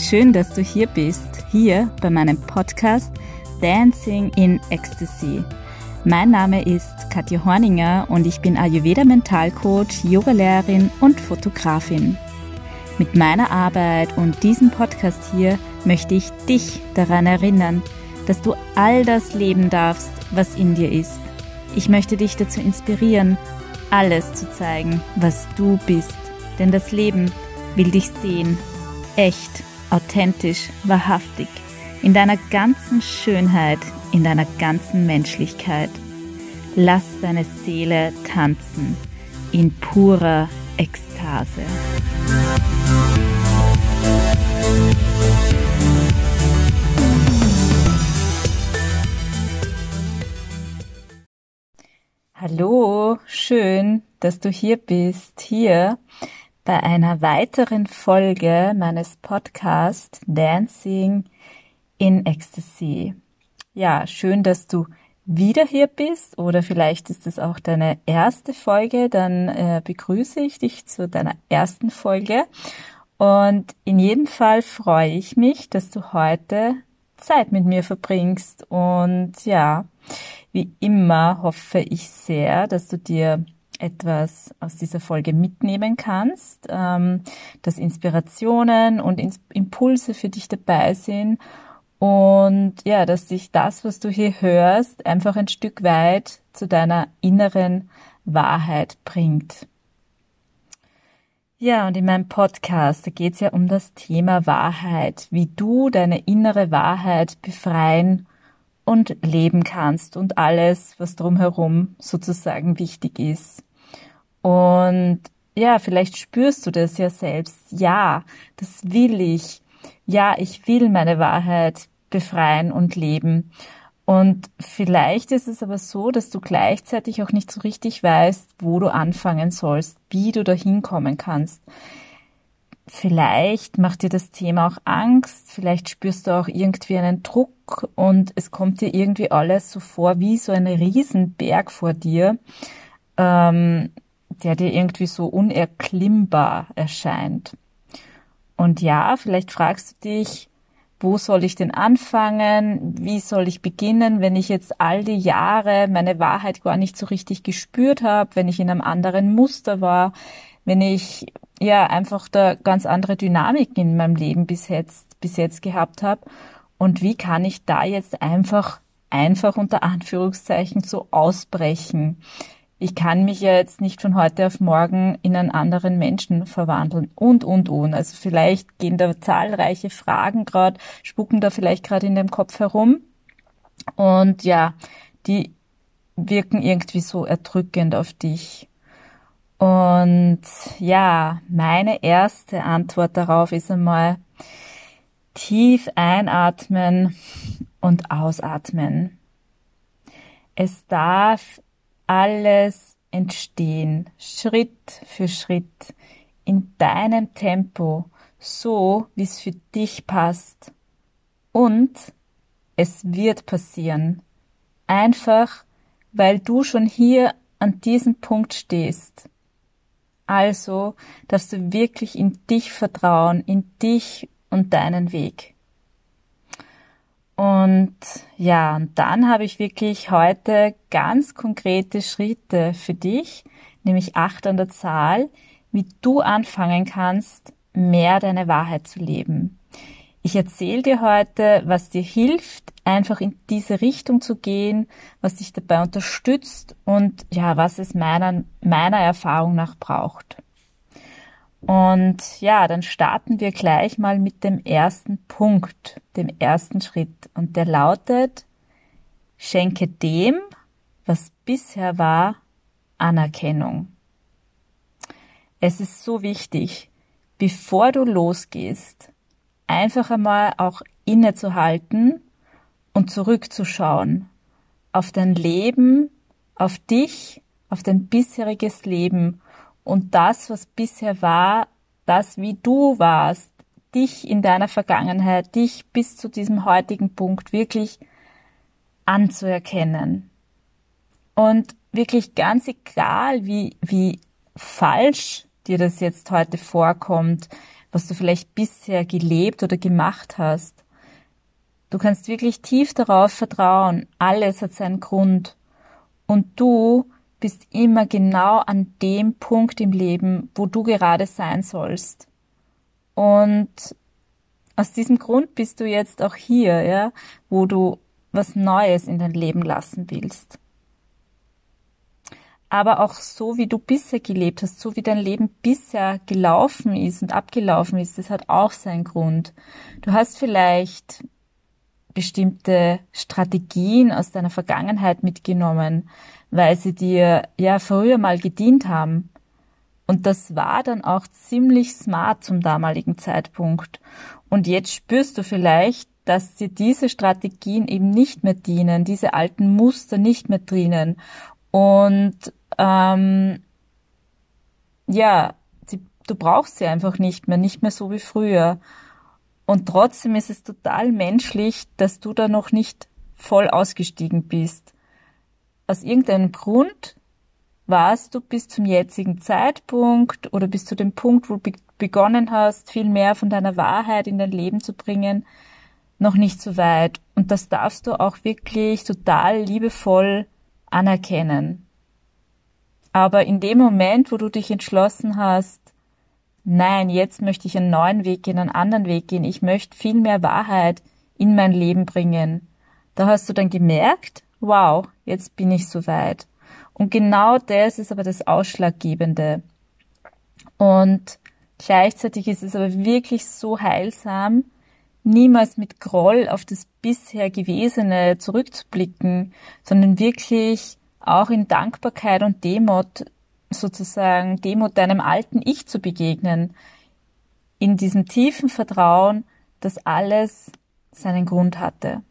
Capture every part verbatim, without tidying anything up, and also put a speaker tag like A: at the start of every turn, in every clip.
A: schön, dass du hier bist, hier bei meinem Podcast Dancing in Ecstasy. Mein Name ist Katja Horninger und ich bin Ayurveda-Mentalcoach, Yogalehrerin und Fotografin. Mit meiner Arbeit und diesem Podcast hier möchte ich dich daran erinnern, dass du all das leben darfst, was in dir ist. Ich möchte dich dazu inspirieren, alles zu zeigen, was du bist. Denn das Leben will dich sehen, echt, authentisch, wahrhaftig, in deiner ganzen Schönheit, in deiner ganzen Menschlichkeit. Lass deine Seele tanzen in purer Ekstase. Hallo, schön, dass du hier bist, hier bei einer weiteren Folge meines Podcasts Dancing in Ecstasy. Ja, schön, dass du wieder hier bist oder vielleicht ist es auch deine erste Folge, dann äh, begrüße ich dich zu deiner ersten Folge und in jedem Fall freue ich mich, dass du heute Zeit mit mir verbringst und ja, wie immer hoffe ich sehr, dass du dir etwas aus dieser Folge mitnehmen kannst, ähm, dass Inspirationen und Ins- Impulse für dich dabei sind und ja, dass dich das, was du hier hörst, einfach ein Stück weit zu deiner inneren Wahrheit bringt. Ja, und in meinem Podcast, da geht es ja um das Thema Wahrheit, wie du deine innere Wahrheit befreien und leben kannst und alles, was drumherum sozusagen wichtig ist. Und ja, vielleicht spürst du das ja selbst. Ja, das will ich. Ja, ich will meine Wahrheit befreien und leben. Und vielleicht ist es aber so, dass du gleichzeitig auch nicht so richtig weißt, wo du anfangen sollst, wie du da hinkommen kannst. Vielleicht macht dir das Thema auch Angst, vielleicht spürst du auch irgendwie einen Druck und es kommt dir irgendwie alles so vor wie so ein Riesenberg vor dir, ähm, der dir irgendwie so unerklimmbar erscheint. Und ja, vielleicht fragst du dich, wo soll ich denn anfangen? Wie soll ich beginnen, wenn ich jetzt all die Jahre meine Wahrheit gar nicht so richtig gespürt habe, wenn ich in einem anderen Muster war, wenn ich ja einfach da ganz andere Dynamiken in meinem Leben bis jetzt, bis jetzt gehabt habe? Und wie kann ich da jetzt einfach, einfach unter Anführungszeichen so ausbrechen? Ich kann mich ja jetzt nicht von heute auf morgen in einen anderen Menschen verwandeln und, und, und. Also vielleicht gehen da zahlreiche Fragen gerade, spucken da vielleicht gerade in dem Kopf herum. Und ja, die wirken irgendwie so erdrückend auf dich. Und ja, meine erste Antwort darauf ist einmal tief einatmen und ausatmen. Es darf alles entstehen, Schritt für Schritt, in deinem Tempo, so wie es für dich passt. Und es wird passieren, einfach weil du schon hier an diesem Punkt stehst. Also darfst du wirklich in dich vertrauen, in dich und deinen Weg. Und ja, und dann habe ich wirklich heute ganz konkrete Schritte für dich, nämlich acht an der Zahl, wie du anfangen kannst, mehr deine Wahrheit zu leben. Ich erzähle dir heute, was dir hilft, einfach in diese Richtung zu gehen, was dich dabei unterstützt und ja, was es meiner, meiner Erfahrung nach braucht. Und ja, dann starten wir gleich mal mit dem ersten Punkt, dem ersten Schritt. Und der lautet, schenke dem, was bisher war, Anerkennung. Es ist so wichtig, bevor du losgehst, einfach einmal auch innezuhalten und zurückzuschauen auf dein Leben, auf dich, auf dein bisheriges Leben und das, was bisher war, das, wie du warst, dich in deiner Vergangenheit, dich bis zu diesem heutigen Punkt wirklich anzuerkennen. Und wirklich ganz egal, wie, wie falsch dir das jetzt heute vorkommt, was du vielleicht bisher gelebt oder gemacht hast. Du kannst wirklich tief darauf vertrauen, alles hat seinen Grund. Und du bist immer genau an dem Punkt im Leben, wo du gerade sein sollst. Und aus diesem Grund bist du jetzt auch hier, ja, wo du was Neues in dein Leben lassen willst. Aber auch so, wie du bisher gelebt hast, so wie dein Leben bisher gelaufen ist und abgelaufen ist, das hat auch seinen Grund. Du hast vielleicht bestimmte Strategien aus deiner Vergangenheit mitgenommen, weil sie dir ja früher mal gedient haben. Und das war dann auch ziemlich smart zum damaligen Zeitpunkt. Und jetzt spürst du vielleicht, dass dir diese Strategien eben nicht mehr dienen, diese alten Muster nicht mehr drinnen. Und ähm, ja, die, du brauchst sie einfach nicht mehr, nicht mehr so wie früher. Und trotzdem ist es total menschlich, dass du da noch nicht voll ausgestiegen bist. Aus irgendeinem Grund warst du bis zum jetzigen Zeitpunkt oder bis zu dem Punkt, wo du begonnen hast, viel mehr von deiner Wahrheit in dein Leben zu bringen, noch nicht so weit. Und das darfst du auch wirklich total liebevoll anerkennen. Aber in dem Moment, wo du dich entschlossen hast, nein, jetzt möchte ich einen neuen Weg gehen, einen anderen Weg gehen, ich möchte viel mehr Wahrheit in mein Leben bringen, da hast du dann gemerkt, wow, jetzt bin ich soweit. Und genau das ist aber das Ausschlaggebende. Und gleichzeitig ist es aber wirklich so heilsam, niemals mit Groll auf das bisher Gewesene zurückzublicken, sondern wirklich auch in Dankbarkeit und Demut, sozusagen Demut deinem alten Ich zu begegnen, in diesem tiefen Vertrauen, dass alles seinen Grund hatte.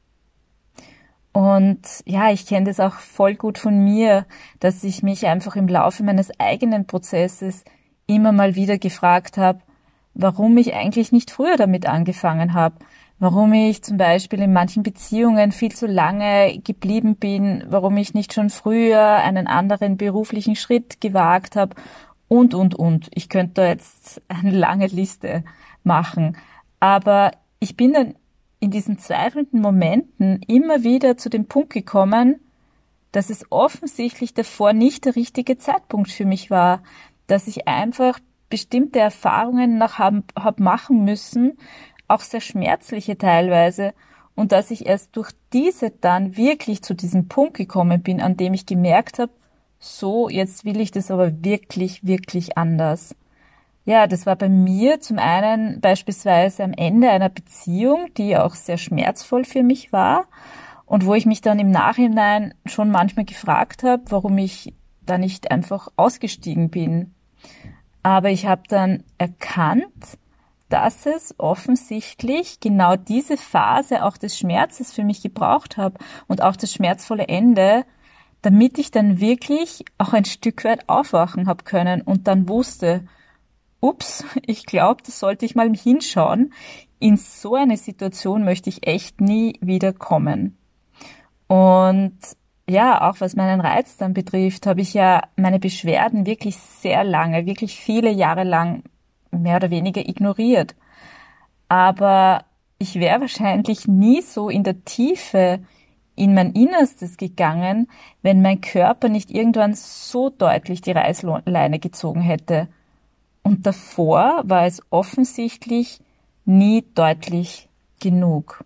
A: Und ja, ich kenne das auch voll gut von mir, dass ich mich einfach im Laufe meines eigenen Prozesses immer mal wieder gefragt habe, warum ich eigentlich nicht früher damit angefangen habe, warum ich zum Beispiel in manchen Beziehungen viel zu lange geblieben bin, warum ich nicht schon früher einen anderen beruflichen Schritt gewagt habe und, und, und. Ich könnte da jetzt eine lange Liste machen, aber ich bin dann in diesen zweifelnden Momenten immer wieder zu dem Punkt gekommen, dass es offensichtlich davor nicht der richtige Zeitpunkt für mich war, dass ich einfach bestimmte Erfahrungen noch hab, hab machen müssen, auch sehr schmerzliche teilweise, und dass ich erst durch diese dann wirklich zu diesem Punkt gekommen bin, an dem ich gemerkt habe, so, jetzt will ich das aber wirklich, wirklich anders. Ja, das war bei mir zum einen beispielsweise am Ende einer Beziehung, die auch sehr schmerzvoll für mich war und wo ich mich dann im Nachhinein schon manchmal gefragt habe, warum ich da nicht einfach ausgestiegen bin. Aber ich habe dann erkannt, dass es offensichtlich genau diese Phase auch des Schmerzes für mich gebraucht habe und auch das schmerzvolle Ende, damit ich dann wirklich auch ein Stück weit aufwachen habe können und dann wusste, ups, ich glaube, das sollte ich mal hinschauen. In so eine Situation möchte ich echt nie wieder kommen. Und ja, auch was meinen Reiz dann betrifft, habe ich ja meine Beschwerden wirklich sehr lange, wirklich viele Jahre lang mehr oder weniger ignoriert. Aber ich wäre wahrscheinlich nie so in der Tiefe in mein Innerstes gegangen, wenn mein Körper nicht irgendwann so deutlich die Reißleine gezogen hätte. Und davor war es offensichtlich nie deutlich genug.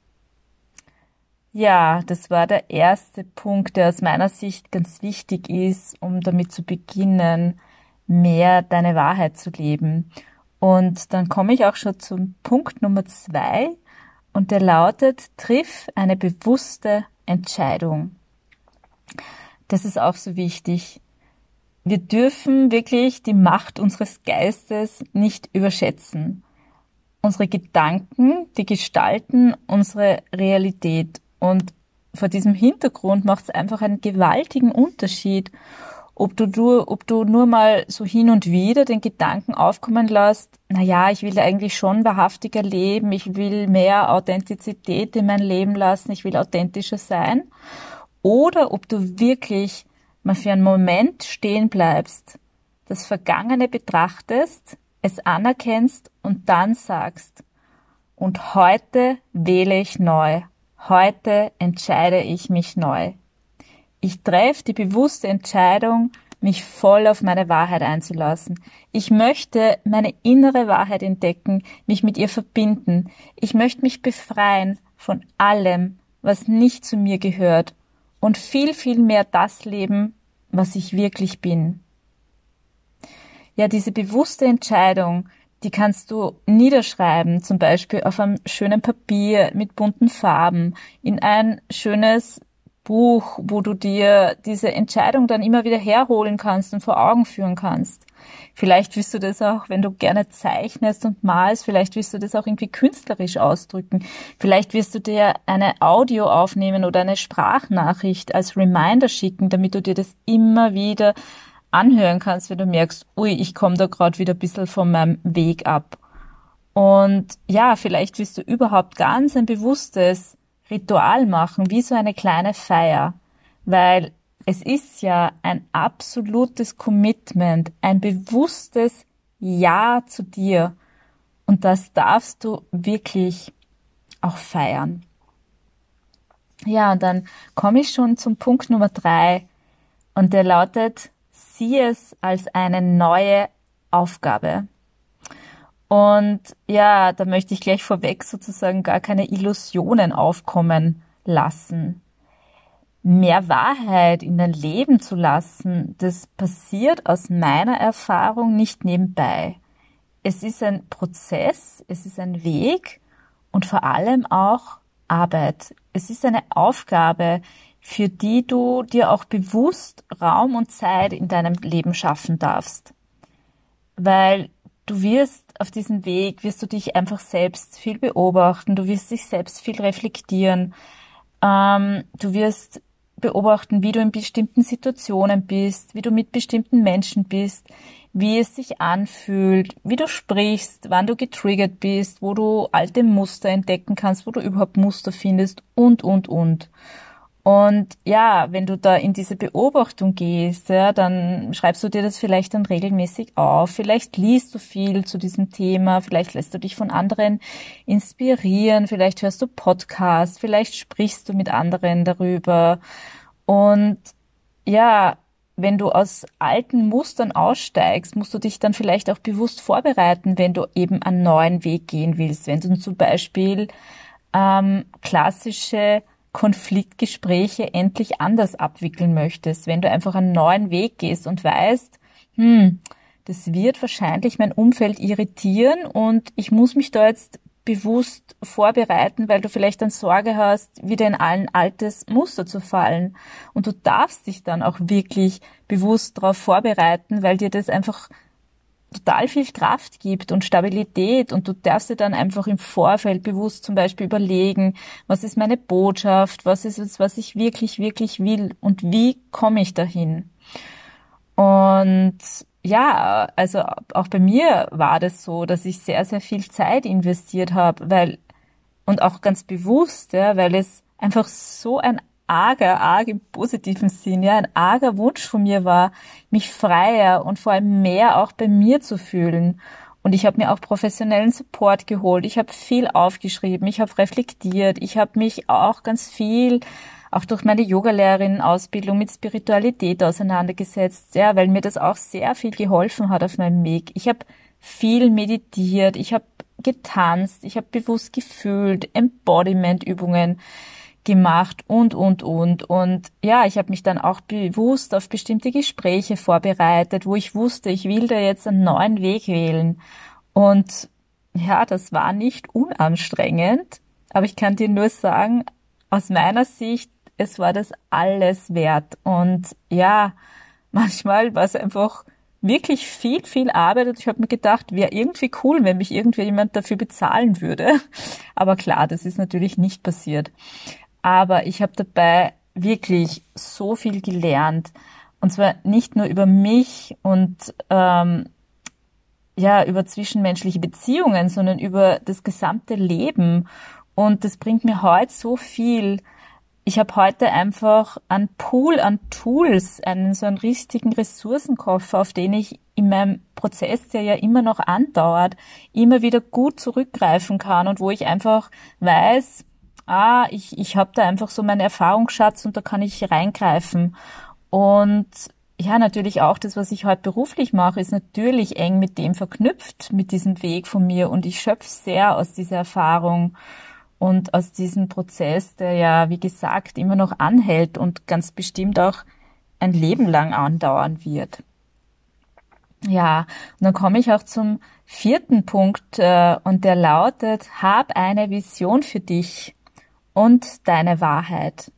A: Ja, das war der erste Punkt, der aus meiner Sicht ganz wichtig ist, um damit zu beginnen, mehr deine Wahrheit zu leben. Und dann komme ich auch schon zum Punkt Nummer zwei und der lautet, triff eine bewusste Entscheidung. Das ist auch so wichtig. Wir dürfen wirklich die Macht unseres Geistes nicht überschätzen. Unsere Gedanken, die gestalten unsere Realität. Und vor diesem Hintergrund macht es einfach einen gewaltigen Unterschied, ob du, du, ob du nur mal so hin und wieder den Gedanken aufkommen lässt, na ja, ich will eigentlich schon wahrhaftiger leben, ich will mehr Authentizität in mein Leben lassen, ich will authentischer sein, oder ob du wirklich mal für einen Moment stehen bleibst, das Vergangene betrachtest, es anerkennst und dann sagst, und heute wähle ich neu. Heute entscheide ich mich neu. Ich treffe die bewusste Entscheidung, mich voll auf meine Wahrheit einzulassen. Ich möchte meine innere Wahrheit entdecken, mich mit ihr verbinden. Ich möchte mich befreien von allem, was nicht zu mir gehört und viel, viel mehr das leben, was ich wirklich bin. Ja, diese bewusste Entscheidung, die kannst du niederschreiben, zum Beispiel auf einem schönen Papier mit bunten Farben, in ein schönes Buch, wo du dir diese Entscheidung dann immer wieder herholen kannst und vor Augen führen kannst. Vielleicht willst du das auch, wenn du gerne zeichnest und malst, vielleicht willst du das auch irgendwie künstlerisch ausdrücken. Vielleicht wirst du dir eine Audio aufnehmen oder eine Sprachnachricht als Reminder schicken, damit du dir das immer wieder anhören kannst, wenn du merkst, ui, ich komme da gerade wieder ein bisschen von meinem Weg ab. Und ja, vielleicht willst du überhaupt ganz ein bewusstes Ritual machen, wie so eine kleine Feier, weil es ist ja ein absolutes Commitment, ein bewusstes Ja zu dir und das darfst du wirklich auch feiern. Ja, und dann komme ich schon zum Punkt Nummer drei und der lautet, sieh es als eine neue Aufgabe. Und ja, da möchte ich gleich vorweg sozusagen gar keine Illusionen aufkommen lassen. Mehr Wahrheit in dein Leben zu lassen, das passiert aus meiner Erfahrung nicht nebenbei. Es ist ein Prozess, es ist ein Weg und vor allem auch Arbeit. Es ist eine Aufgabe, für die du dir auch bewusst Raum und Zeit in deinem Leben schaffen darfst. Weil du wirst auf diesem Weg, wirst du dich einfach selbst viel beobachten, du wirst dich selbst viel reflektieren, ähm, du wirst beobachten, wie du in bestimmten Situationen bist, wie du mit bestimmten Menschen bist, wie es sich anfühlt, wie du sprichst, wann du getriggert bist, wo du alte Muster entdecken kannst, wo du überhaupt Muster findest und, und, und. Und ja, wenn du da in diese Beobachtung gehst, ja, dann schreibst du dir das vielleicht dann regelmäßig auf. Vielleicht liest du viel zu diesem Thema, vielleicht lässt du dich von anderen inspirieren, vielleicht hörst du Podcasts, vielleicht sprichst du mit anderen darüber. Und ja, wenn du aus alten Mustern aussteigst, musst du dich dann vielleicht auch bewusst vorbereiten, wenn du eben einen neuen Weg gehen willst. Wenn du zum Beispiel ähm, klassische Konfliktgespräche endlich anders abwickeln möchtest, wenn du einfach einen neuen Weg gehst und weißt, hm, das wird wahrscheinlich mein Umfeld irritieren und ich muss mich da jetzt bewusst vorbereiten, weil du vielleicht dann Sorge hast, wieder in ein altes Muster zu fallen. Und du darfst dich dann auch wirklich bewusst darauf vorbereiten, weil dir das einfach total viel Kraft gibt und Stabilität und du darfst dir dann einfach im Vorfeld bewusst zum Beispiel überlegen, was ist meine Botschaft, was ist es, was ich wirklich, wirklich will und wie komme ich dahin. Und ja, also auch bei mir war das so, dass ich sehr, sehr viel Zeit investiert habe, weil und auch ganz bewusst, ja, weil es einfach so ein arger, arg im positiven Sinn, ja, ein arger Wunsch von mir war, mich freier und vor allem mehr auch bei mir zu fühlen. Und ich habe mir auch professionellen Support geholt. Ich habe viel aufgeschrieben, ich habe reflektiert, ich habe mich auch ganz viel, auch durch meine Yogalehrerin-Ausbildung mit Spiritualität auseinandergesetzt, ja, weil mir das auch sehr viel geholfen hat auf meinem Weg. Ich habe viel meditiert, ich habe getanzt, ich habe bewusst gefühlt, Embodiment-Übungen gemacht und, und, und. Und ja, ich habe mich dann auch bewusst auf bestimmte Gespräche vorbereitet, wo ich wusste, ich will da jetzt einen neuen Weg wählen. Und ja, das war nicht unanstrengend, aber ich kann dir nur sagen, aus meiner Sicht, es war das alles wert. Und ja, manchmal war es einfach wirklich viel, viel Arbeit und ich habe mir gedacht, wäre irgendwie cool, wenn mich irgendwie jemand dafür bezahlen würde. Aber klar, das ist natürlich nicht passiert. Aber ich habe dabei wirklich so viel gelernt. Und zwar nicht nur über mich und ähm, ja über zwischenmenschliche Beziehungen, sondern über das gesamte Leben. Und das bringt mir heute so viel, ich habe heute einfach einen Pool an Tools, einen so einen richtigen Ressourcenkoffer, auf den ich in meinem Prozess, der ja immer noch andauert, immer wieder gut zurückgreifen kann und wo ich einfach weiß, ah, ich, ich habe da einfach so meinen Erfahrungsschatz und da kann ich reingreifen. Und ja, natürlich auch das, was ich heute beruflich mache, ist natürlich eng mit dem verknüpft, mit diesem Weg von mir. Und ich schöpfe sehr aus dieser Erfahrung und aus diesem Prozess, der ja, wie gesagt, immer noch anhält und ganz bestimmt auch ein Leben lang andauern wird. Ja, und dann komme ich auch zum vierten Punkt, äh, und der lautet: Hab eine Vision für dich und deine Wahrheit.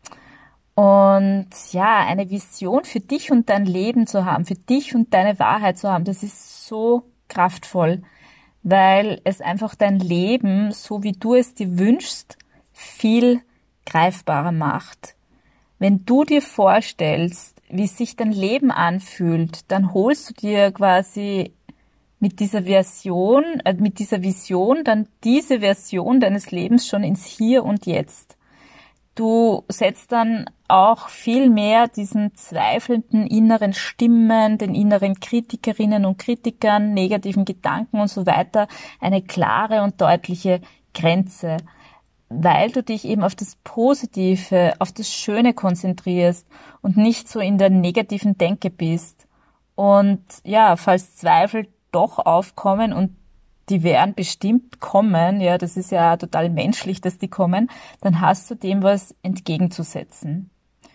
A: Und ja, eine Vision für dich und dein Leben zu haben, für dich und deine Wahrheit zu haben, das ist so kraftvoll, weil es einfach dein Leben, so wie du es dir wünschst, viel greifbarer macht. Wenn du dir vorstellst, wie sich dein Leben anfühlt, dann holst du dir quasi mit dieser Version, äh, mit dieser Vision dann diese Version deines Lebens schon ins Hier und Jetzt. Du setzt dann auch viel mehr diesen zweifelnden inneren Stimmen, den inneren Kritikerinnen und Kritikern, negativen Gedanken und so weiter eine klare und deutliche Grenze, weil du dich eben auf das Positive, auf das Schöne konzentrierst und nicht so in der negativen Denke bist. Und ja, falls Zweifel doch aufkommen, und die werden bestimmt kommen, ja, das ist ja total menschlich, dass die kommen, dann hast du dem was entgegenzusetzen.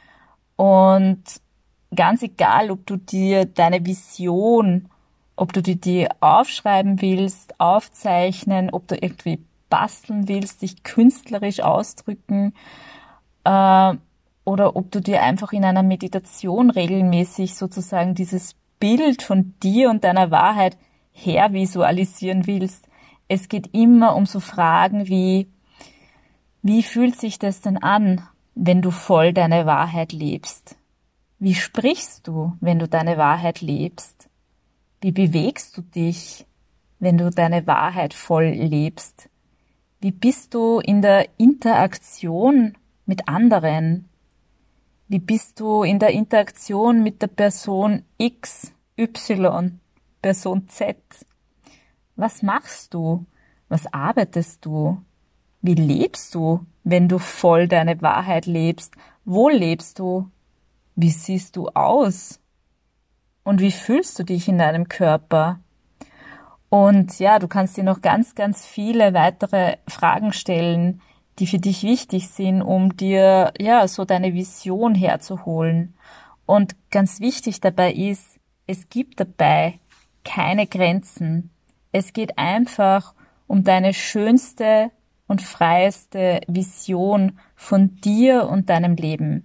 A: Und ganz egal, ob du dir deine Vision, ob du dir die aufschreiben willst, aufzeichnen, ob du irgendwie basteln willst, dich künstlerisch ausdrücken, äh, oder ob du dir einfach in einer Meditation regelmäßig sozusagen dieses Bild von dir und deiner Wahrheit hervisualisieren willst. Es geht immer um so Fragen wie: Wie fühlt sich das denn an, wenn du voll deine Wahrheit lebst? Wie sprichst du, wenn du deine Wahrheit lebst? Wie bewegst du dich, wenn du deine Wahrheit voll lebst? Wie bist du in der Interaktion mit anderen? Wie bist du in der Interaktion mit der Person X, Y, Person Z? Was machst du? Was arbeitest du? Wie lebst du, wenn du voll deine Wahrheit lebst? Wo lebst du? Wie siehst du aus? Und wie fühlst du dich in deinem Körper? Und ja, du kannst dir noch ganz, ganz viele weitere Fragen stellen, die für dich wichtig sind, um dir ja so deine Vision herzuholen. Und ganz wichtig dabei ist, es gibt dabei keine Grenzen. Es geht einfach um deine schönste und freieste Vision von dir und deinem Leben.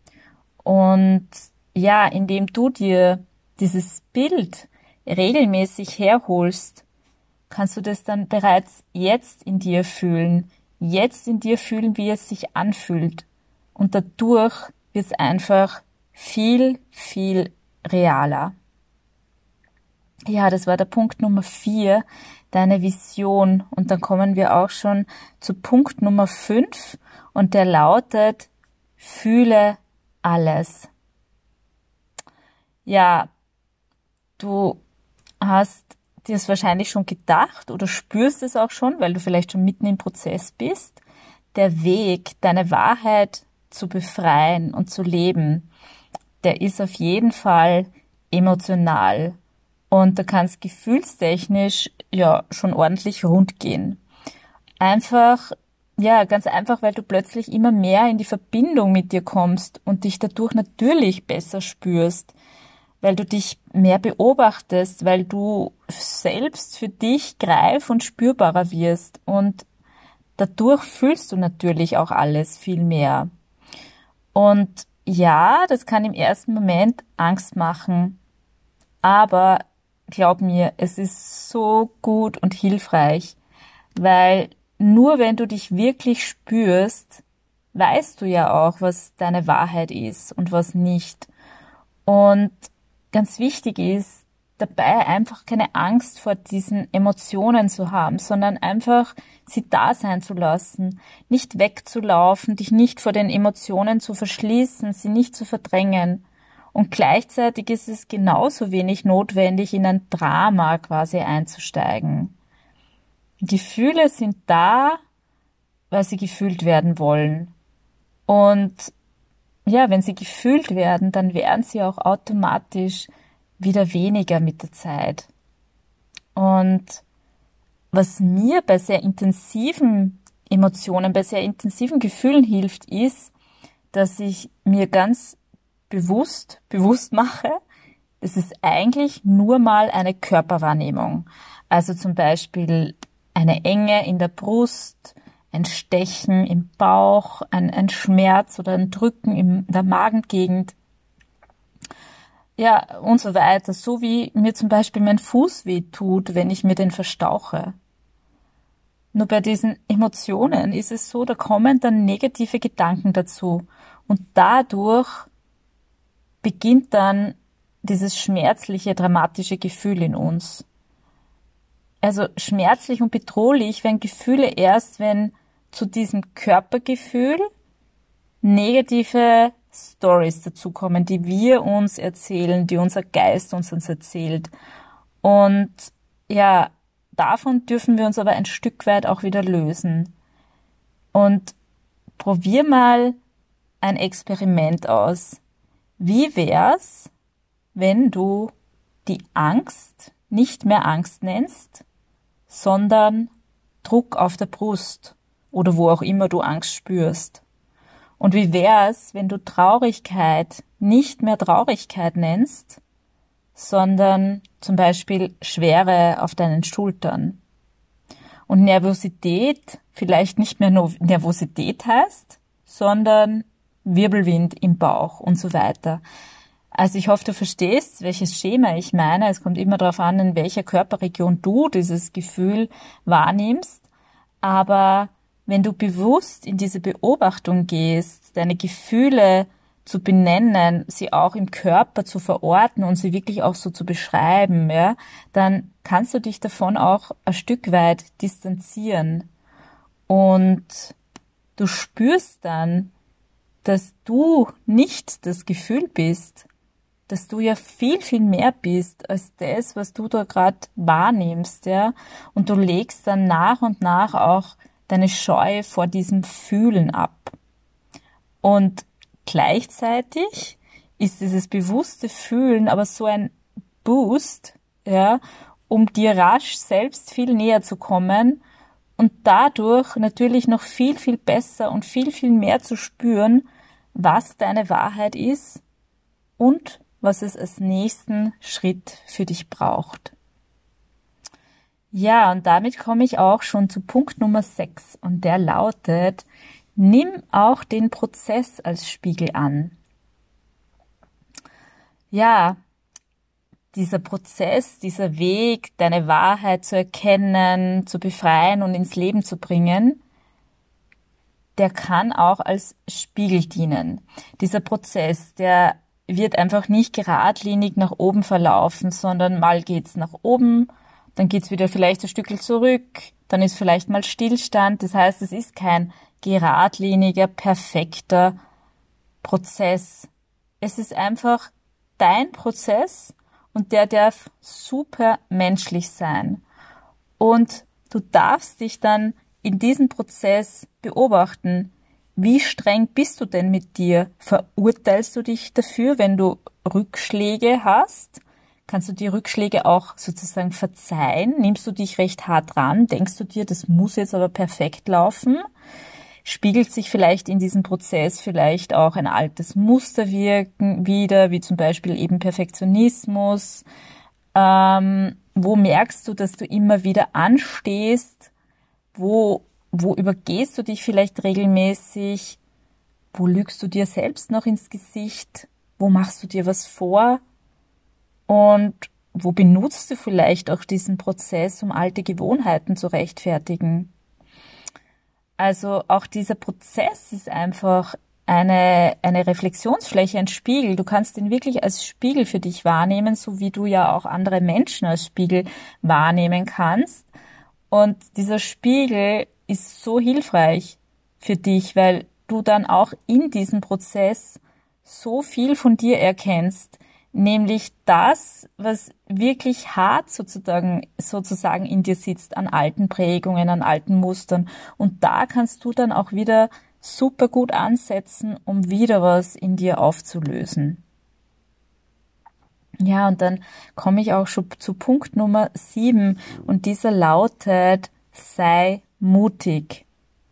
A: Und ja, indem du dir dieses Bild regelmäßig herholst, kannst du das dann bereits jetzt in dir fühlen, jetzt in dir fühlen, wie es sich anfühlt. Und dadurch wird es einfach viel, viel realer. Ja, das war der Punkt Nummer vier, deine Vision. Und dann kommen wir auch schon zu Punkt Nummer fünf, und der lautet: Fühle alles. Ja, du hast dir es wahrscheinlich schon gedacht oder spürst es auch schon, weil du vielleicht schon mitten im Prozess bist. Der Weg, deine Wahrheit zu befreien und zu leben, der ist auf jeden Fall emotional. Und da kann es gefühlstechnisch ja schon ordentlich rund gehen. Einfach, ja, ganz einfach, weil du plötzlich immer mehr in die Verbindung mit dir kommst und dich dadurch natürlich besser spürst, weil du dich mehr beobachtest, weil du selbst für dich greif- und spürbarer wirst. Und dadurch fühlst du natürlich auch alles viel mehr. Und ja, das kann im ersten Moment Angst machen, aber glaub mir, es ist so gut und hilfreich, weil nur wenn du dich wirklich spürst, weißt du ja auch, was deine Wahrheit ist und was nicht. Und ganz wichtig ist, dabei einfach keine Angst vor diesen Emotionen zu haben, sondern einfach sie da sein zu lassen, nicht wegzulaufen, dich nicht vor den Emotionen zu verschließen, sie nicht zu verdrängen. Und gleichzeitig ist es genauso wenig notwendig, in ein Drama quasi einzusteigen. Gefühle sind da, weil sie gefühlt werden wollen. Und ja, wenn sie gefühlt werden, dann werden sie auch automatisch wieder weniger mit der Zeit. Und was mir bei sehr intensiven Emotionen, bei sehr intensiven Gefühlen hilft, ist, dass ich mir ganz bewusst, bewusst mache, es ist eigentlich nur mal eine Körperwahrnehmung. Also zum Beispiel eine Enge in der Brust, ein Stechen im Bauch, ein, ein Schmerz oder ein Drücken in der Magengegend. Ja, und so weiter. So wie mir zum Beispiel mein Fuß weh tut, wenn ich mir den verstauche. Nur bei diesen Emotionen ist es so, da kommen dann negative Gedanken dazu. Und dadurch beginnt dann dieses schmerzliche, dramatische Gefühl in uns. Also schmerzlich und bedrohlich werden Gefühle erst, wenn zu diesem Körpergefühl negative Stories dazukommen, die wir uns erzählen, die unser Geist uns, uns erzählt. Und ja, davon dürfen wir uns aber ein Stück weit auch wieder lösen. Und probier mal ein Experiment aus. Wie wär's, wenn du die Angst nicht mehr Angst nennst, sondern Druck auf der Brust oder wo auch immer du Angst spürst? Und wie wär's, wenn du Traurigkeit nicht mehr Traurigkeit nennst, sondern zum Beispiel Schwere auf deinen Schultern? Und Nervosität vielleicht nicht mehr Nervosität heißt, sondern Wirbelwind im Bauch und so weiter. Also ich hoffe, du verstehst, welches Schema ich meine. Es kommt immer darauf an, in welcher Körperregion du dieses Gefühl wahrnimmst. Aber wenn du bewusst in diese Beobachtung gehst, deine Gefühle zu benennen, sie auch im Körper zu verorten und sie wirklich auch so zu beschreiben, ja, dann kannst du dich davon auch ein Stück weit distanzieren. Und du spürst dann, dass du nicht das Gefühl bist, dass du ja viel, viel mehr bist als das, was du da gerade wahrnimmst, ja. Und du legst dann nach und nach auch deine Scheu vor diesem Fühlen ab. Und gleichzeitig ist dieses bewusste Fühlen aber so ein Boost, ja, um dir rasch selbst viel näher zu kommen und dadurch natürlich noch viel, viel besser und viel, viel mehr zu spüren, was deine Wahrheit ist und was es als nächsten Schritt für dich braucht. Ja, und damit komme ich auch schon zu Punkt Nummer sechs und der lautet: Nimm auch den Prozess als Spiegel an. Ja, dieser Prozess, dieser Weg, deine Wahrheit zu erkennen, zu befreien und ins Leben zu bringen, der kann auch als Spiegel dienen. Dieser Prozess, der wird einfach nicht geradlinig nach oben verlaufen, sondern mal geht's nach oben, dann geht's wieder vielleicht ein Stückchen zurück, dann ist vielleicht mal Stillstand. Das heißt, es ist kein geradliniger, perfekter Prozess. Es ist einfach dein Prozess und der darf super menschlich sein. Und du darfst dich dann in diesem Prozess beobachten, wie streng bist du denn mit dir? Verurteilst du dich dafür, wenn du Rückschläge hast? Kannst du die Rückschläge auch sozusagen verzeihen? Nimmst du dich recht hart ran? Denkst du dir, das muss jetzt aber perfekt laufen? Spiegelt sich vielleicht in diesem Prozess vielleicht auch ein altes Muster wirken wieder, wie zum Beispiel eben Perfektionismus? Ähm, wo merkst du, dass du immer wieder anstehst? Wo, wo übergehst du dich vielleicht regelmäßig? Wo lügst du dir selbst noch ins Gesicht? Wo machst du dir was vor? Und wo benutzt du vielleicht auch diesen Prozess, um alte Gewohnheiten zu rechtfertigen? Also auch dieser Prozess ist einfach eine, eine Reflexionsfläche, ein Spiegel. Du kannst ihn wirklich als Spiegel für dich wahrnehmen, so wie du ja auch andere Menschen als Spiegel wahrnehmen kannst. Und dieser Spiegel ist so hilfreich für dich, weil du dann auch in diesem Prozess so viel von dir erkennst, nämlich das, was wirklich hart sozusagen, sozusagen in dir sitzt, an alten Prägungen, an alten Mustern. Und da kannst du dann auch wieder super gut ansetzen, um wieder was in dir aufzulösen. Ja, und dann komme ich auch schon zu Punkt Nummer sieben und dieser lautet, sei mutig.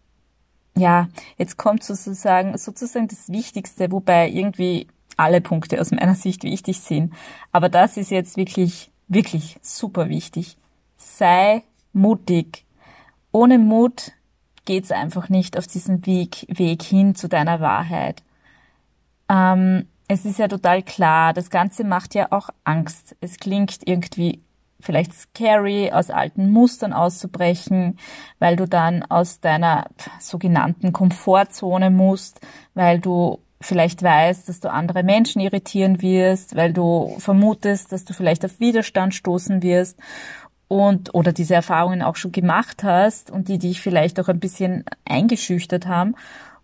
A: Ja, jetzt kommt sozusagen, sozusagen das Wichtigste, wobei irgendwie alle Punkte aus meiner Sicht wichtig sind. Aber das ist jetzt wirklich, wirklich super wichtig. Sei mutig. Ohne Mut geht's einfach nicht auf diesem Weg, Weg hin zu deiner Wahrheit. Ähm, es ist ja total klar, das Ganze macht ja auch Angst. Es klingt irgendwie vielleicht scary, aus alten Mustern auszubrechen, weil du dann aus deiner sogenannten Komfortzone musst, weil du vielleicht weißt, dass du andere Menschen irritieren wirst, weil du vermutest, dass du vielleicht auf Widerstand stoßen wirst und oder diese Erfahrungen auch schon gemacht hast und die dich vielleicht auch ein bisschen eingeschüchtert haben.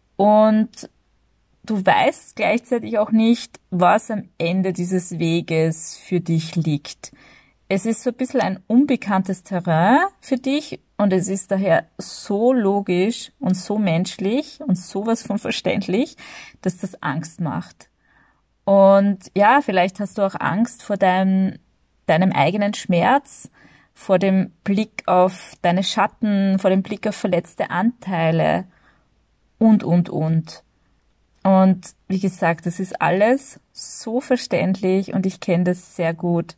A: Und du weißt gleichzeitig auch nicht, was am Ende dieses Weges für dich liegt. Es ist so ein bisschen ein unbekanntes Terrain für dich und es ist daher so logisch und so menschlich und sowas von verständlich, dass das Angst macht. Und ja, vielleicht hast du auch Angst vor deinem, deinem eigenen Schmerz, vor dem Blick auf deine Schatten, vor dem Blick auf verletzte Anteile und, und, und. Und wie gesagt, das ist alles so verständlich und ich kenne das sehr gut.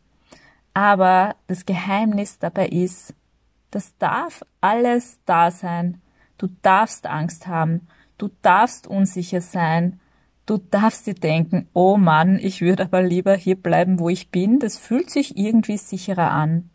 A: Aber das Geheimnis dabei ist, das darf alles da sein. Du darfst Angst haben. Du darfst unsicher sein. Du darfst dir denken, oh Mann, ich würde aber lieber hier bleiben, wo ich bin. Das fühlt sich irgendwie sicherer an.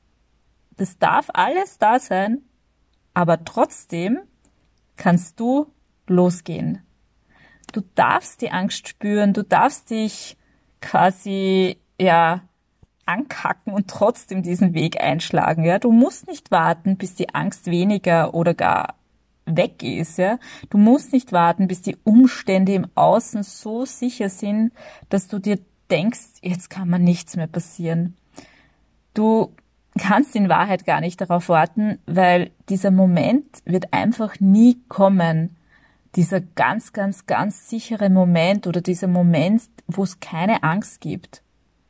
A: Das darf alles da sein, aber trotzdem kannst du losgehen. Du darfst die Angst spüren. Du darfst dich quasi, ja, ankacken und trotzdem diesen Weg einschlagen, ja. Du musst nicht warten, bis die Angst weniger oder gar weg ist, ja. Du musst nicht warten, bis die Umstände im Außen so sicher sind, dass du dir denkst, jetzt kann mir nichts mehr passieren. Du kannst in Wahrheit gar nicht darauf warten, weil dieser Moment wird einfach nie kommen. Dieser ganz, ganz, ganz sichere Moment oder dieser Moment, wo es keine Angst gibt.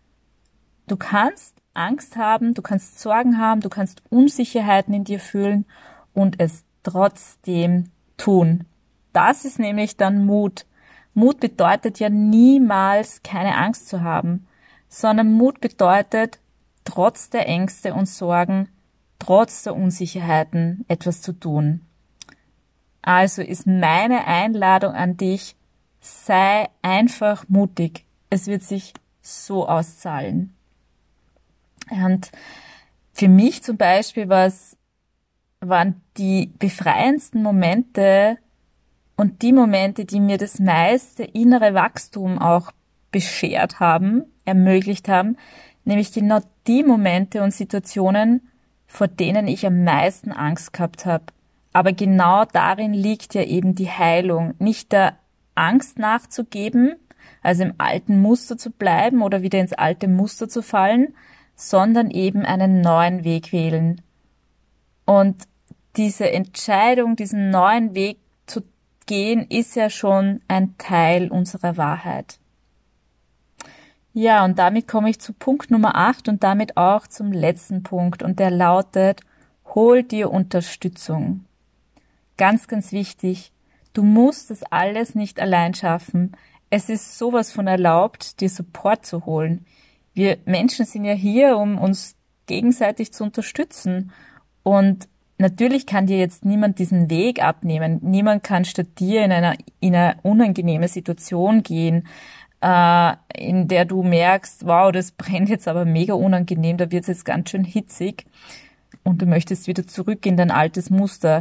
A: Du kannst Angst haben, du kannst Sorgen haben, du kannst Unsicherheiten in dir fühlen und es trotzdem tun. Das ist nämlich dann Mut. Mut bedeutet ja niemals keine Angst zu haben, sondern Mut bedeutet, trotz der Ängste und Sorgen, trotz der Unsicherheiten etwas zu tun. Also ist meine Einladung an dich, sei einfach mutig. Es wird sich so auszahlen. Und für mich zum Beispiel war's, waren die befreiendsten Momente und die Momente, die mir das meiste innere Wachstum auch beschert haben, ermöglicht haben, nämlich genau die Momente und Situationen, vor denen ich am meisten Angst gehabt habe. Aber genau darin liegt ja eben die Heilung, nicht der Angst nachzugeben, also im alten Muster zu bleiben oder wieder ins alte Muster zu fallen, sondern eben einen neuen Weg wählen. Und diese Entscheidung, diesen neuen Weg zu gehen, ist ja schon ein Teil unserer Wahrheit. Ja, und damit komme ich zu Punkt Nummer acht und damit auch zum letzten Punkt. Und der lautet, hol dir Unterstützung. Ganz, ganz wichtig, du musst das alles nicht allein schaffen. Es ist sowas von erlaubt, dir Support zu holen. Wir Menschen sind ja hier, um uns gegenseitig zu unterstützen. Und natürlich kann dir jetzt niemand diesen Weg abnehmen. Niemand kann statt dir in einer, in eine unangenehme Situation gehen, äh, in der du merkst, wow, das brennt jetzt aber mega unangenehm, da wird es jetzt ganz schön hitzig und du möchtest wieder zurück in dein altes Muster.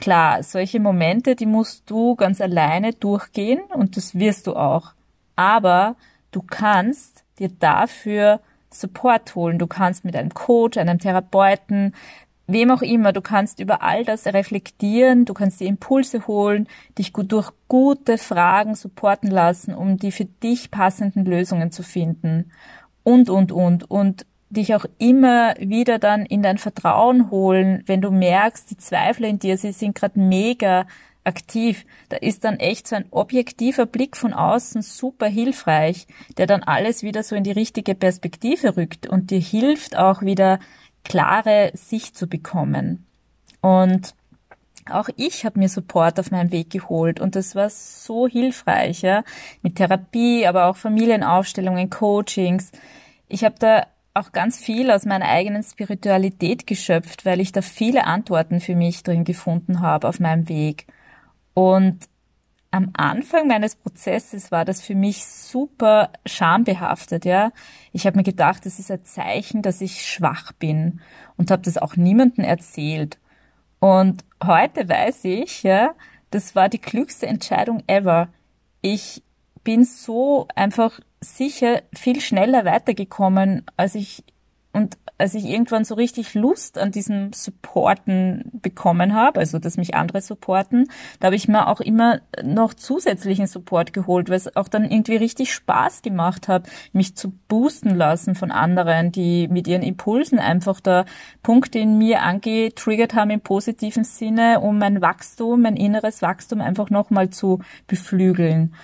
A: Klar, solche Momente, die musst du ganz alleine durchgehen und das wirst du auch. Aber du kannst dir dafür Support holen. Du kannst mit einem Coach, einem Therapeuten, wem auch immer, du kannst über all das reflektieren, du kannst dir Impulse holen, dich gut durch gute Fragen supporten lassen, um die für dich passenden Lösungen zu finden. Und, und, und. Und dich auch immer wieder dann in dein Vertrauen holen, wenn du merkst, die Zweifler in dir, sie sind gerade mega aktiv. Da ist dann echt so ein objektiver Blick von außen super hilfreich, der dann alles wieder so in die richtige Perspektive rückt und dir hilft auch wieder klare Sicht zu bekommen. Und auch ich habe mir Support auf meinem Weg geholt und das war so hilfreich, ja, mit Therapie, aber auch Familienaufstellungen, Coachings. Ich habe da auch ganz viel aus meiner eigenen Spiritualität geschöpft, weil ich da viele Antworten für mich drin gefunden habe auf meinem Weg. Und am Anfang meines Prozesses war das für mich super schambehaftet, ja. Ich habe mir gedacht, das ist ein Zeichen, dass ich schwach bin und habe das auch niemandem erzählt. Und heute weiß ich, ja, das war die klügste Entscheidung ever. Ich bin so einfach sicher viel schneller weitergekommen, als ich und als ich irgendwann so richtig Lust an diesem Supporten bekommen habe, also dass mich andere supporten, da habe ich mir auch immer noch zusätzlichen Support geholt, weil es auch dann irgendwie richtig Spaß gemacht hat, mich zu boosten lassen von anderen, die mit ihren Impulsen einfach da Punkte in mir angetriggert haben im positiven Sinne, um mein Wachstum, mein inneres Wachstum einfach nochmal zu beflügeln.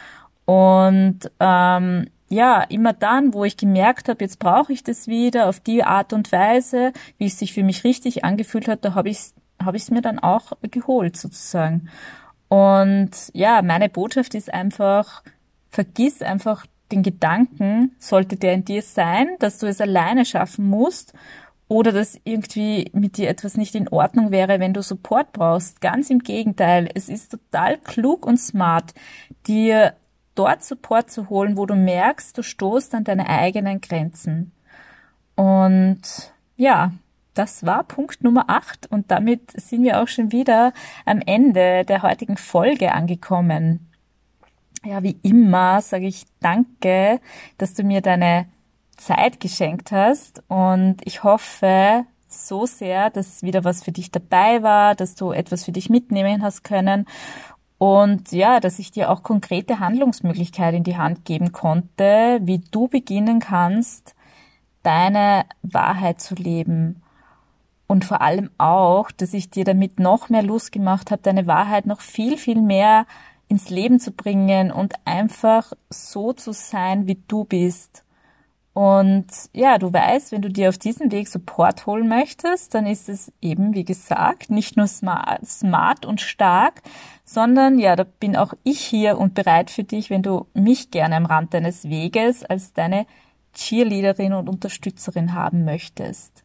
A: Und ähm, ja, immer dann, wo ich gemerkt habe, jetzt brauche ich das wieder auf die Art und Weise, wie es sich für mich richtig angefühlt hat, da habe ich es habe ich es mir dann auch geholt sozusagen. Und ja, meine Botschaft ist einfach, vergiss einfach den Gedanken, sollte der in dir sein, dass du es alleine schaffen musst oder dass irgendwie mit dir etwas nicht in Ordnung wäre, wenn du Support brauchst. Ganz im Gegenteil, es ist total klug und smart, dir dort Support zu holen, wo du merkst, du stoßt an deine eigenen Grenzen. Und ja, das war Punkt Nummer acht und damit sind wir auch schon wieder am Ende der heutigen Folge angekommen. Ja, wie immer sage ich danke, dass du mir deine Zeit geschenkt hast und ich hoffe so sehr, dass wieder was für dich dabei war, dass du etwas für dich mitnehmen hast können. Und ja, dass ich dir auch konkrete Handlungsmöglichkeiten in die Hand geben konnte, wie du beginnen kannst, deine Wahrheit zu leben. Und vor allem auch, dass ich dir damit noch mehr Lust gemacht habe, deine Wahrheit noch viel, viel mehr ins Leben zu bringen und einfach so zu sein, wie du bist. Und ja, du weißt, wenn du dir auf diesem Weg Support holen möchtest, dann ist es eben, wie gesagt, nicht nur smart, smart und stark, sondern ja, da bin auch ich hier und bereit für dich, wenn du mich gerne am Rand deines Weges als deine Cheerleaderin und Unterstützerin haben möchtest.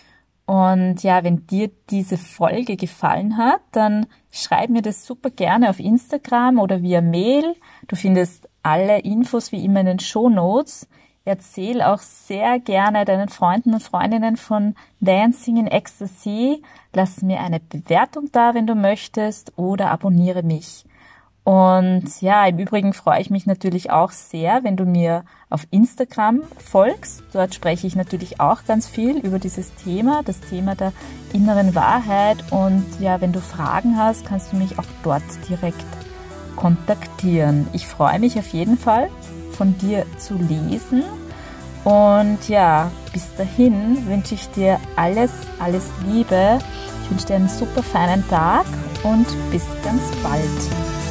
A: Und ja, wenn dir diese Folge gefallen hat, dann schreib mir das super gerne auf Instagram oder via Mail. Du findest alle Infos wie immer in den Shownotes. Erzähl auch sehr gerne deinen Freunden und Freundinnen von Dancing in Ecstasy. Lass mir eine Bewertung da, wenn du möchtest, oder abonniere mich. Und ja, im Übrigen freue ich mich natürlich auch sehr, wenn du mir auf Instagram folgst. Dort spreche ich natürlich auch ganz viel über dieses Thema, das Thema der inneren Wahrheit. Und ja, wenn du Fragen hast, kannst du mich auch dort direkt kontaktieren. Ich freue mich auf jeden Fall, von dir zu lesen. Und ja, bis dahin wünsche ich dir alles, alles Liebe. Ich wünsche dir einen super feinen Tag und bis ganz bald.